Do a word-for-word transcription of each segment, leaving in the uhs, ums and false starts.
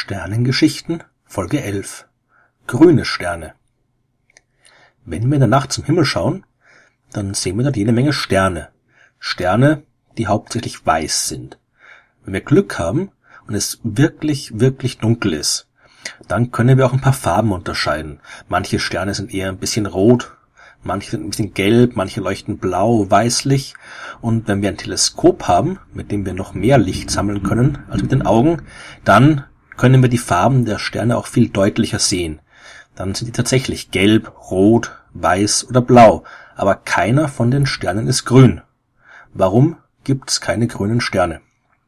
Sternengeschichten Folge elf Grüne Sterne. Wenn wir in der Nacht zum Himmel schauen, dann sehen wir dort jede Menge Sterne. Sterne, die hauptsächlich weiß sind. Wenn wir Glück haben und es wirklich, wirklich dunkel ist, dann können wir auch ein paar Farben unterscheiden. Manche Sterne sind eher ein bisschen rot, manche sind ein bisschen gelb, manche leuchten blau, weißlich. Und wenn wir ein Teleskop haben, mit dem wir noch mehr Licht sammeln können als mit den Augen, dann können wir die Farben der Sterne auch viel deutlicher sehen. Dann sind die tatsächlich gelb, rot, weiß oder blau, aber keiner von den Sternen ist grün. Warum gibt es keine grünen Sterne?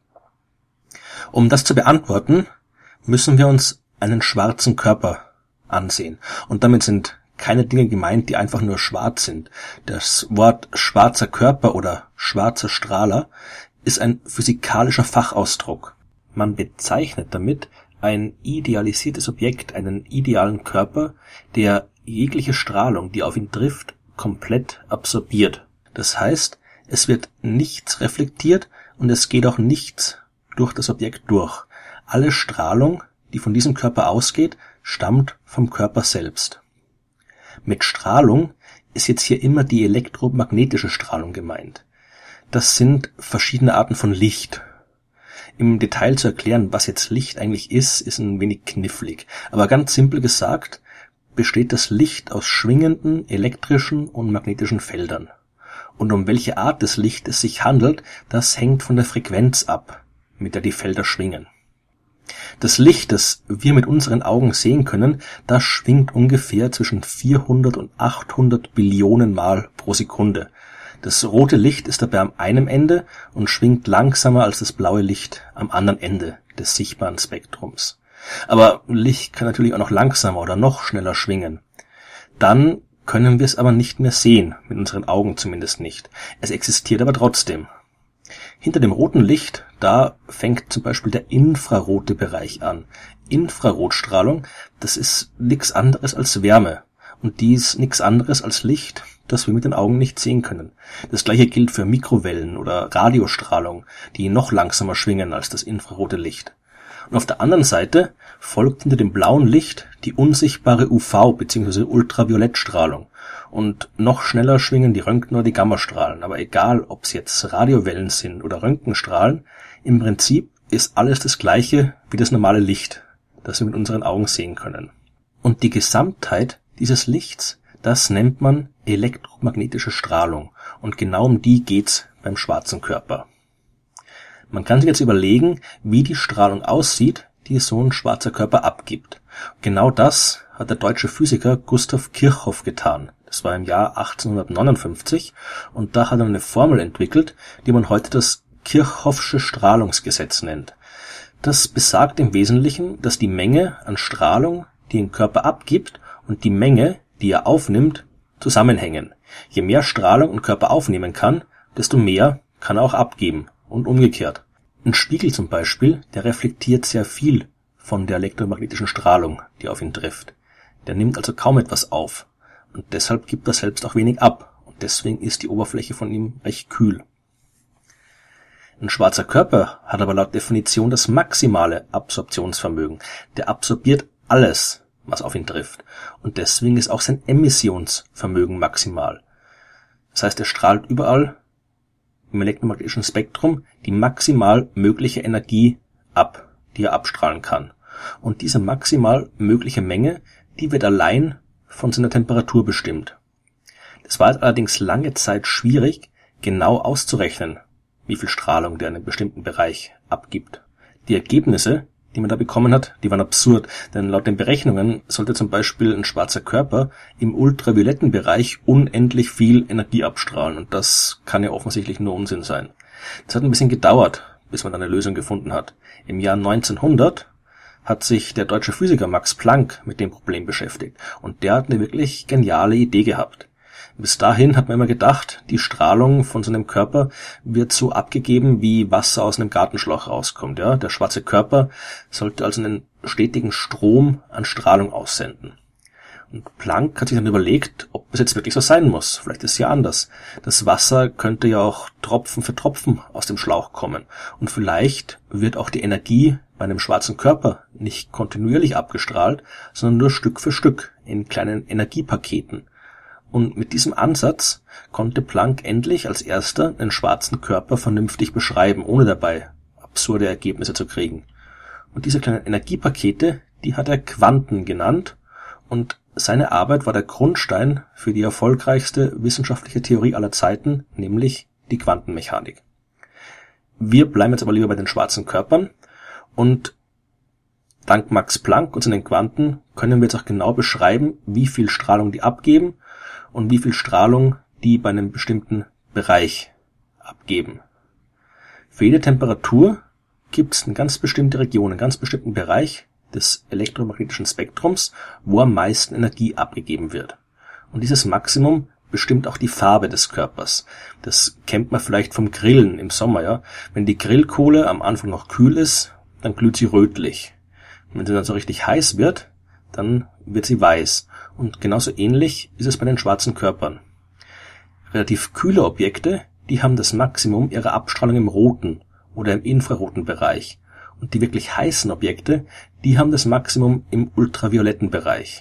Um das zu beantworten, müssen wir uns einen schwarzen Körper ansehen. Und damit sind keine Dinge gemeint, die einfach nur schwarz sind. Das Wort schwarzer Körper oder schwarzer Strahler ist ein physikalischer Fachausdruck. Man bezeichnet damit ein idealisiertes Objekt, einen idealen Körper, der jegliche Strahlung, die auf ihn trifft, komplett absorbiert. Das heißt, es wird nichts reflektiert und es geht auch nichts durch das Objekt durch. Alle Strahlung, die von diesem Körper ausgeht, stammt vom Körper selbst. Mit Strahlung ist jetzt hier immer die elektromagnetische Strahlung gemeint. Das sind verschiedene Arten von Licht. Im Detail zu erklären, was jetzt Licht eigentlich ist, ist ein wenig knifflig. Aber ganz simpel gesagt, besteht das Licht aus schwingenden elektrischen und magnetischen Feldern. Und um welche Art des Lichts es sich handelt, das hängt von der Frequenz ab, mit der die Felder schwingen. Das Licht, das wir mit unseren Augen sehen können, das schwingt ungefähr zwischen vierhundert und achthundert Billionen Mal pro Sekunde. Das rote Licht ist dabei am einen Ende und schwingt langsamer als das blaue Licht am anderen Ende des sichtbaren Spektrums. Aber Licht kann natürlich auch noch langsamer oder noch schneller schwingen. Dann können wir es aber nicht mehr sehen, mit unseren Augen zumindest nicht. Es existiert aber trotzdem. Hinter dem roten Licht, da fängt zum Beispiel der infrarote Bereich an. Infrarotstrahlung, das ist nichts anderes als Wärme. Und dies nichts anderes als Licht, das wir mit den Augen nicht sehen können. Das gleiche gilt für Mikrowellen oder Radiostrahlung, die noch langsamer schwingen als das infrarote Licht. Und auf der anderen Seite folgt hinter dem blauen Licht die unsichtbare U V- bzw. Ultraviolettstrahlung. Und noch schneller schwingen die Röntgen- oder die Gammastrahlen. Aber egal, ob es jetzt Radiowellen sind oder Röntgenstrahlen, im Prinzip ist alles das gleiche wie das normale Licht, das wir mit unseren Augen sehen können. Und die Gesamtheit dieses Lichts, das nennt man elektromagnetische Strahlung. Und genau um die geht's beim schwarzen Körper. Man kann sich jetzt überlegen, wie die Strahlung aussieht, die so ein schwarzer Körper abgibt. Genau das hat der deutsche Physiker Gustav Kirchhoff getan. Das war im Jahr achtzehnhundertneunundfünfzig und da hat er eine Formel entwickelt, die man heute das Kirchhoffsche Strahlungsgesetz nennt. Das besagt im Wesentlichen, dass die Menge an Strahlung, die ein Körper abgibt, und die Menge, die er aufnimmt, zusammenhängen. Je mehr Strahlung ein Körper aufnehmen kann, desto mehr kann er auch abgeben und umgekehrt. Ein Spiegel zum Beispiel, der reflektiert sehr viel von der elektromagnetischen Strahlung, die auf ihn trifft. Der nimmt also kaum etwas auf und deshalb gibt er selbst auch wenig ab und deswegen ist die Oberfläche von ihm recht kühl. Ein schwarzer Körper hat aber laut Definition das maximale Absorptionsvermögen. Der absorbiert alles, was auf ihn trifft. Und deswegen ist auch sein Emissionsvermögen maximal. Das heißt, er strahlt überall im elektromagnetischen Spektrum die maximal mögliche Energie ab, die er abstrahlen kann. Und diese maximal mögliche Menge, die wird allein von seiner Temperatur bestimmt. Es war allerdings lange Zeit schwierig, genau auszurechnen, wie viel Strahlung der in einem bestimmten Bereich abgibt. Die Ergebnisse, die man da bekommen hat, die waren absurd, denn laut den Berechnungen sollte zum Beispiel ein schwarzer Körper im ultravioletten Bereich unendlich viel Energie abstrahlen und das kann ja offensichtlich nur Unsinn sein. Es hat ein bisschen gedauert, bis man eine Lösung gefunden hat. Im Jahr neunzehnhundert hat sich der deutsche Physiker Max Planck mit dem Problem beschäftigt und der hat eine wirklich geniale Idee gehabt. Bis dahin hat man immer gedacht, die Strahlung von so einem Körper wird so abgegeben, wie Wasser aus einem Gartenschlauch rauskommt. Ja, der schwarze Körper sollte also einen stetigen Strom an Strahlung aussenden. Und Planck hat sich dann überlegt, ob es jetzt wirklich so sein muss. Vielleicht ist es ja anders. Das Wasser könnte ja auch Tropfen für Tropfen aus dem Schlauch kommen. Und vielleicht wird auch die Energie bei einem schwarzen Körper nicht kontinuierlich abgestrahlt, sondern nur Stück für Stück in kleinen Energiepaketen. Und mit diesem Ansatz konnte Planck endlich als erster einen schwarzen Körper vernünftig beschreiben, ohne dabei absurde Ergebnisse zu kriegen. Und diese kleinen Energiepakete, die hat er Quanten genannt, und seine Arbeit war der Grundstein für die erfolgreichste wissenschaftliche Theorie aller Zeiten, nämlich die Quantenmechanik. Wir bleiben jetzt aber lieber bei den schwarzen Körpern, und dank Max Planck und seinen Quanten können wir jetzt auch genau beschreiben, wie viel Strahlung die abgeben und wie viel Strahlung die bei einem bestimmten Bereich abgeben. Für jede Temperatur gibt es eine ganz bestimmte Region, einen ganz bestimmten Bereich des elektromagnetischen Spektrums, wo am meisten Energie abgegeben wird. Und dieses Maximum bestimmt auch die Farbe des Körpers. Das kennt man vielleicht vom Grillen im Sommer, ja. Wenn die Grillkohle am Anfang noch kühl ist, dann glüht sie rötlich. Wenn sie dann so richtig heiß wird, dann wird sie weiß. Und genauso ähnlich ist es bei den schwarzen Körpern. Relativ kühle Objekte, die haben das Maximum ihrer Abstrahlung im roten oder im infraroten Bereich. Und die wirklich heißen Objekte, die haben das Maximum im ultravioletten Bereich.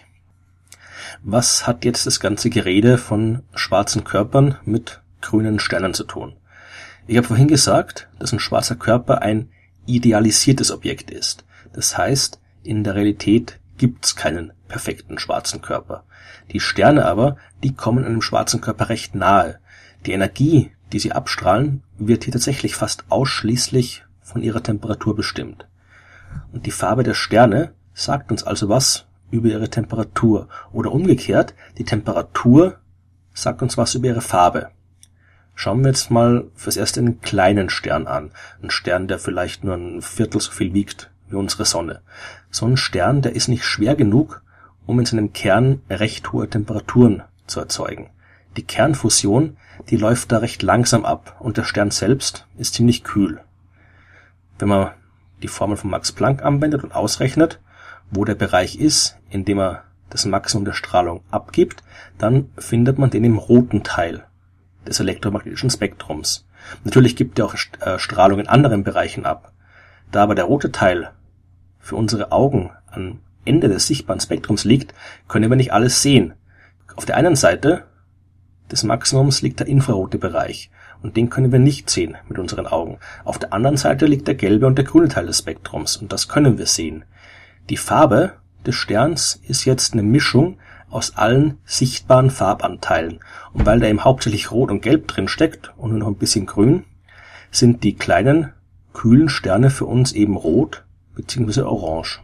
Was hat jetzt das ganze Gerede von schwarzen Körpern mit grünen Sternen zu tun? Ich habe vorhin gesagt, dass ein schwarzer Körper ein idealisiertes Objekt ist. Das heißt, in der Realität gibt's keinen perfekten schwarzen Körper. Die Sterne aber, die kommen einem schwarzen Körper recht nahe. Die Energie, die sie abstrahlen, wird hier tatsächlich fast ausschließlich von ihrer Temperatur bestimmt. Und die Farbe der Sterne sagt uns also was über ihre Temperatur. Oder umgekehrt, die Temperatur sagt uns was über ihre Farbe. Schauen wir jetzt mal fürs Erste einen kleinen Stern an. Ein Stern, der vielleicht nur ein Viertel so viel wiegt wie unsere Sonne. So ein Stern, der ist nicht schwer genug, um in seinem Kern recht hohe Temperaturen zu erzeugen. Die Kernfusion, die läuft da recht langsam ab und der Stern selbst ist ziemlich kühl. Wenn man die Formel von Max Planck anwendet und ausrechnet, wo der Bereich ist, in dem er das Maximum der Strahlung abgibt, dann findet man den im roten Teil des elektromagnetischen Spektrums. Natürlich gibt er auch Strahlung in anderen Bereichen ab. Da aber der rote Teil für unsere Augen am Ende des sichtbaren Spektrums liegt, können wir nicht alles sehen. Auf der einen Seite des Maximums liegt der infrarote Bereich und den können wir nicht sehen mit unseren Augen. Auf der anderen Seite liegt der gelbe und der grüne Teil des Spektrums und das können wir sehen. Die Farbe des Sterns ist jetzt eine Mischung aus allen sichtbaren Farbanteilen. Und weil da eben hauptsächlich Rot und Gelb drin steckt und nur noch ein bisschen Grün, sind die kleinen, kühlen Sterne für uns eben rot bzw. orange.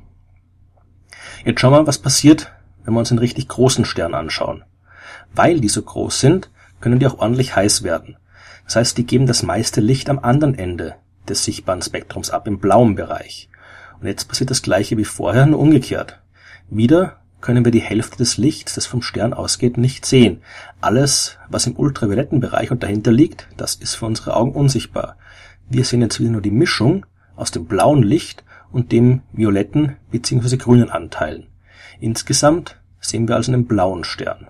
Jetzt schauen wir mal, was passiert, wenn wir uns einen richtig großen Stern anschauen. Weil die so groß sind, können die auch ordentlich heiß werden. Das heißt, die geben das meiste Licht am anderen Ende des sichtbaren Spektrums ab, im blauen Bereich. Und jetzt passiert das gleiche wie vorher, nur umgekehrt. Wieder können wir die Hälfte des Lichts, das vom Stern ausgeht, nicht sehen. Alles, was im ultravioletten Bereich und dahinter liegt, das ist für unsere Augen unsichtbar. Wir sehen jetzt wieder nur die Mischung aus dem blauen Licht und dem violetten bzw. grünen Anteilen. Insgesamt sehen wir also einen blauen Stern.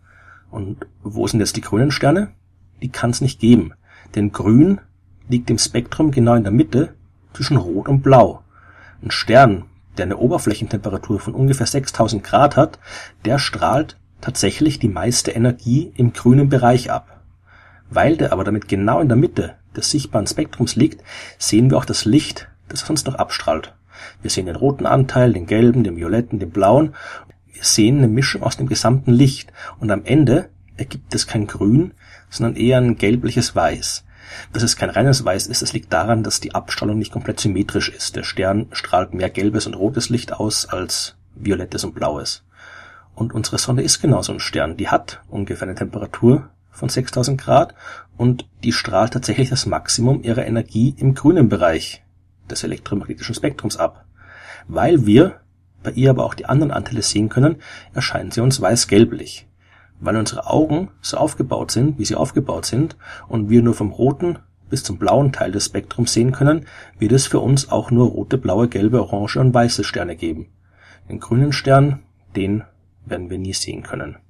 Und wo sind jetzt die grünen Sterne? Die kann es nicht geben, denn grün liegt im Spektrum genau in der Mitte zwischen Rot und Blau. Ein Stern, der eine Oberflächentemperatur von ungefähr sechstausend Grad hat, der strahlt tatsächlich die meiste Energie im grünen Bereich ab. Weil der aber damit genau in der Mitte des sichtbaren Spektrums liegt, sehen wir auch das Licht, das er sonst noch abstrahlt. Wir sehen den roten Anteil, den gelben, den violetten, den blauen. Wir sehen eine Mischung aus dem gesamten Licht und am Ende ergibt es kein Grün, sondern eher ein gelbliches Weiß. Dass es kein reines Weiß ist, das liegt daran, dass die Abstrahlung nicht komplett symmetrisch ist. Der Stern strahlt mehr gelbes und rotes Licht aus als violettes und blaues. Und unsere Sonne ist genau so ein Stern. Die hat ungefähr eine Temperatur von sechstausend Grad und die strahlt tatsächlich das Maximum ihrer Energie im grünen Bereich des elektromagnetischen Spektrums ab. Weil wir bei ihr aber auch die anderen Anteile sehen können, erscheint sie uns weiß-gelblich. Weil unsere Augen so aufgebaut sind, wie sie aufgebaut sind, und wir nur vom roten bis zum blauen Teil des Spektrums sehen können, wird es für uns auch nur rote, blaue, gelbe, orange und weiße Sterne geben. Den grünen Stern, den werden wir nie sehen können.